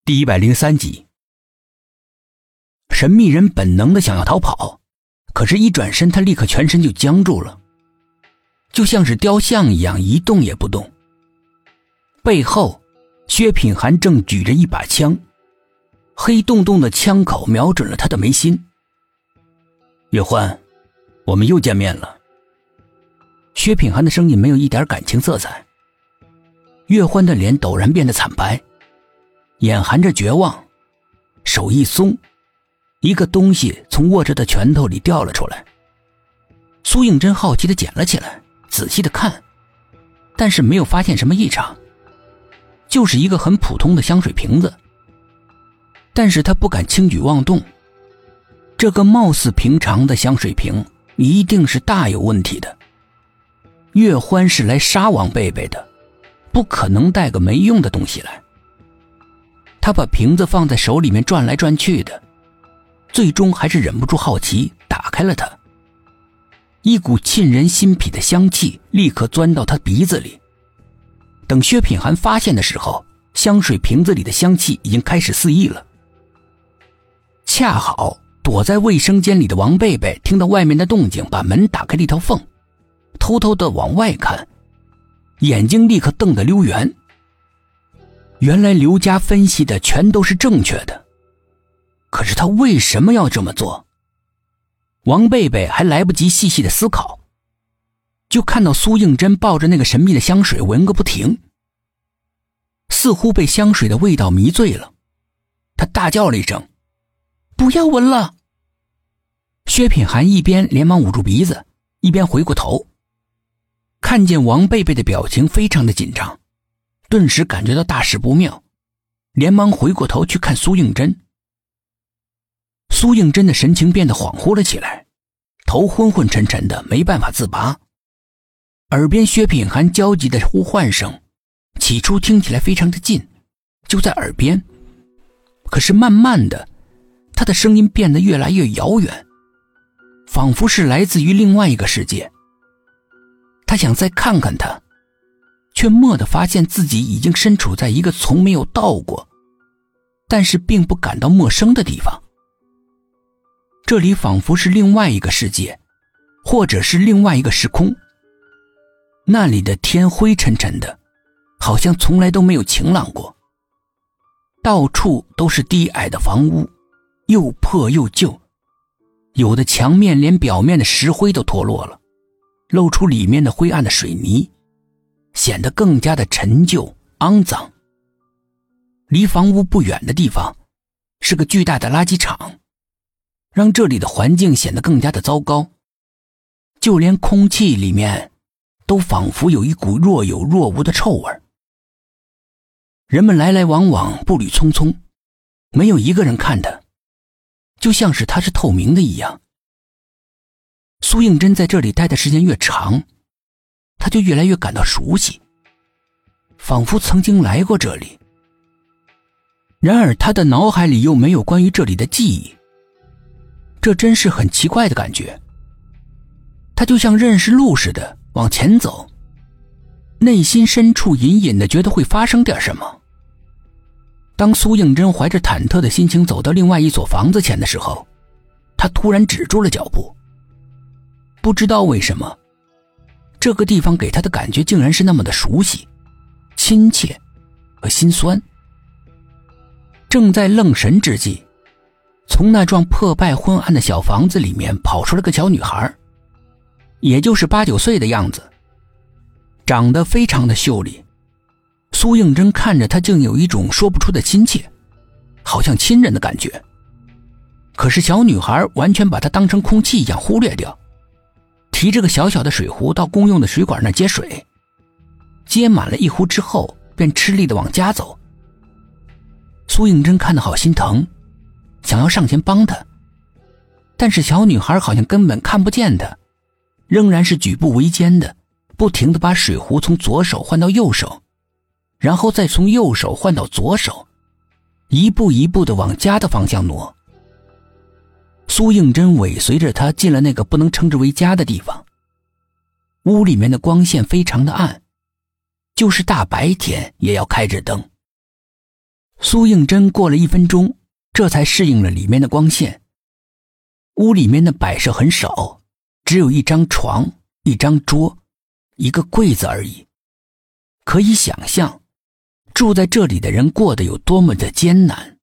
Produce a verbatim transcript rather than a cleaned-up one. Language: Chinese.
第一百零三集。神秘人本能的想要逃跑，可是一转身他立刻全身就僵住了，就像是雕像一样一动也不动。背后薛品涵正举着一把枪，黑洞洞的枪口瞄准了他的眉心。月欢，我们又见面了。薛品涵的声音没有一点感情色彩。月欢的脸陡然变得惨白，眼含着绝望，手一松，一个东西从握着的拳头里掉了出来。苏应真好奇地捡了起来，仔细地看，但是没有发现什么异常，就是一个很普通的香水瓶子。但是他不敢轻举妄动，这个貌似平常的香水瓶一定是大有问题的。月欢是来杀王贝贝的，不可能带个没用的东西来。他把瓶子放在手里面转来转去的，最终还是忍不住好奇，打开了它。一股沁人心脾的香气立刻钻到他鼻子里。等薛品涵发现的时候，香水瓶子里的香气已经开始四溢了。恰好躲在卫生间里的王贝贝听到外面的动静，把门打开了一条缝，偷偷地往外看，眼睛立刻瞪得溜圆。原来刘家分析的全都是正确的，可是他为什么要这么做？王贝贝还来不及细细的思考，就看到苏应真抱着那个神秘的香水闻个不停，似乎被香水的味道迷醉了。他大叫了一声：不要闻了！薛品涵一边连忙捂住鼻子，一边回过头，看见王贝贝的表情非常的紧张，顿时感觉到大事不妙，连忙回过头去看苏应真。苏应真的神情变得恍惚了起来，头昏昏沉沉的，没办法自拔。耳边薛品涵焦急的呼唤声，起初听起来非常的近，就在耳边，可是慢慢的，他的声音变得越来越遥远，仿佛是来自于另外一个世界。他想再看看他，却蓦地发现自己已经身处在一个从没有到过，但是并不感到陌生的地方。这里仿佛是另外一个世界，或者是另外一个时空。那里的天灰沉沉的，好像从来都没有晴朗过。到处都是低矮的房屋，又破又旧，有的墙面连表面的石灰都脱落了，露出里面的灰暗的水泥，显得更加的陈旧肮脏。离房屋不远的地方是个巨大的垃圾场，让这里的环境显得更加的糟糕，就连空气里面都仿佛有一股若有若无的臭味。人们来来往往，步履匆匆，没有一个人看他，就像是他是透明的一样。苏应真在这里待的时间越长，他就越来越感到熟悉，仿佛曾经来过这里。然而他的脑海里又没有关于这里的记忆，这真是很奇怪的感觉。他就像认识路似的往前走，内心深处隐隐的觉得会发生点什么。当苏应真怀着忐忑的心情走到另外一所房子前的时候，他突然止住了脚步。不知道为什么，这个地方给他的感觉竟然是那么的熟悉、亲切和心酸。正在愣神之际，从那幢破败昏暗的小房子里面跑出了个小女孩，也就是八九岁的样子，长得非常的秀丽。苏应真看着她，竟有一种说不出的亲切，好像亲人的感觉。可是小女孩完全把她当成空气一样忽略掉，提着个小小的水壶到公用的水管那接水，接满了一壶之后便吃力地往家走。苏应真看得好心疼，想要上前帮她，但是小女孩好像根本看不见她，仍然是举步维艰的，不停地把水壶从左手换到右手，然后再从右手换到左手，一步一步地往家的方向挪。苏应真尾随着他进了那个不能称之为家的地方。屋里面的光线非常的暗，就是大白天也要开着灯。 苏应真过了一分钟，这才适应了里面的光线。屋里面的摆设很少，只有一张床、一张桌、一个柜子而已。可以想象，住在这里的人过得有多么的艰难。